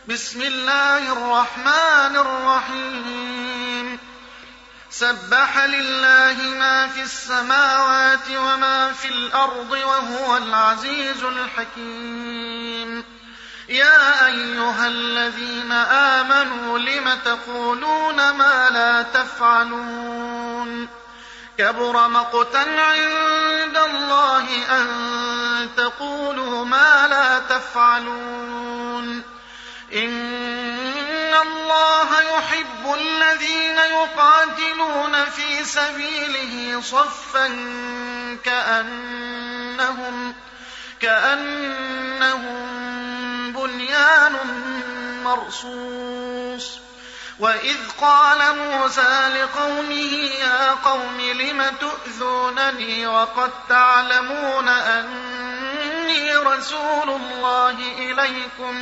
بسم الله الرحمن الرحيم سبح لله ما في السماوات وما في الأرض وهو العزيز الحكيم يا أيها الذين آمنوا لم تقولون ما لا تفعلون كبر مقتا عند الله أن تقولوا ما لا تفعلون إن الله يحب الذين يقاتلون في سبيله صفا كأنهم بنيان مرصوص وإذ قال موسى لقومه يا قوم لم تؤذونني وقد تعلمون أني رسول الله إليكم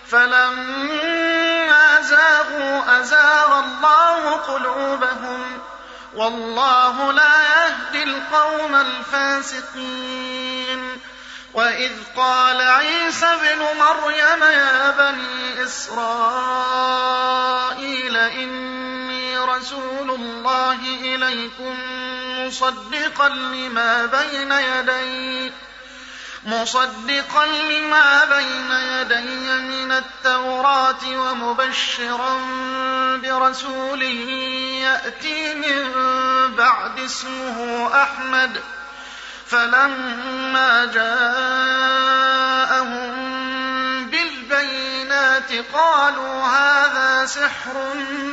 فلما زاغوا أزاغ الله قلوبهم والله لا يهدي القوم الفاسقين وإذ قال عيسى ابن مريم يا بني إسرائيل إني رسول الله إليكم مصدقا لما بين يدي من التوراة ومبشرا برسول يأتي من بعد اسمه أحمد فلما جاءهم بالبينات قالوا هذا سحر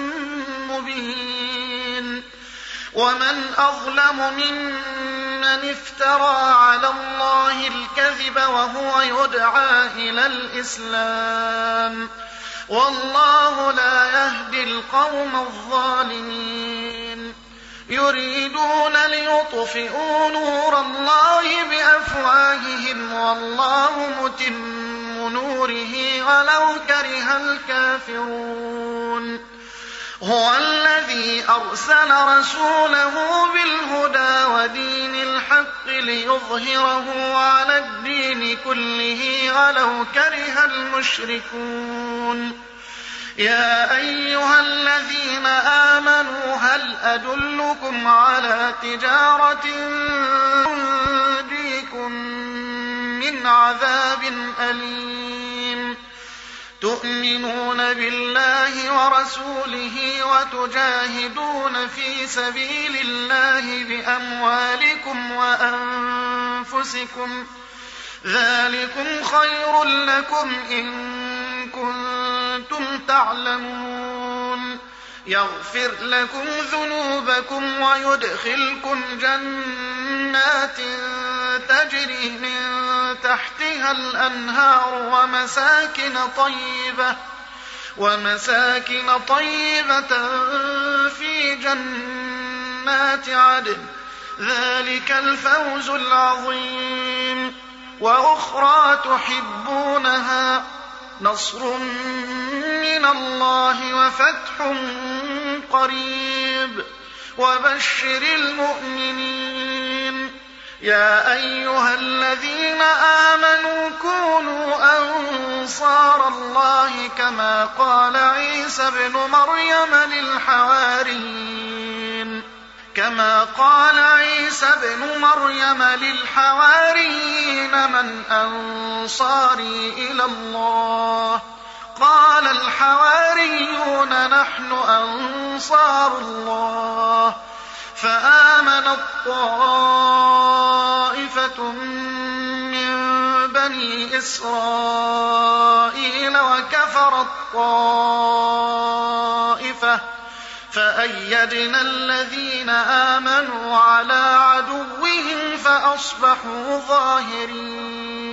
مبين ومن أظلم ممن افترى على الله الكذب وهو يدعى إلى الإسلام والله لا يهدي القوم الظالمين يريدون ليطفئوا نور الله بأفواههم والله متم نوره ولو كره الكافرون هو الذي أرسل رسوله بالهدى ودين الحق ليظهره على الدين كله ولو كره المشركون يا أيها الذين آمنوا هل أدلكم على تجارة تنجيكم من عذاب أليم تؤمنون بالله ورسوله وتجاهدون في سبيل الله بأموالكم وأنفسكم ذلكم خير لكم إن كنتم تعلمون يغفر لكم ذنوبكم ويدخلكم جنات تجري من تحتها الأنهار ومساكن طيبة في جنات عدن ذلك الفوز العظيم وأخرى تحبونها نصر من الله وفتح قريب وبشر المؤمنين يا أيها الذين آمنوا كونوا أنصار الله كما قال عيسى ابن مريم للحواريين من أنصاري إلى الله قال الحواريون نحن أنصار الله فآمنت طائفة من بني إسرائيل وكفرت طائفة فأيدنا الذين آمنوا على عدوهم فأصبحوا ظاهرين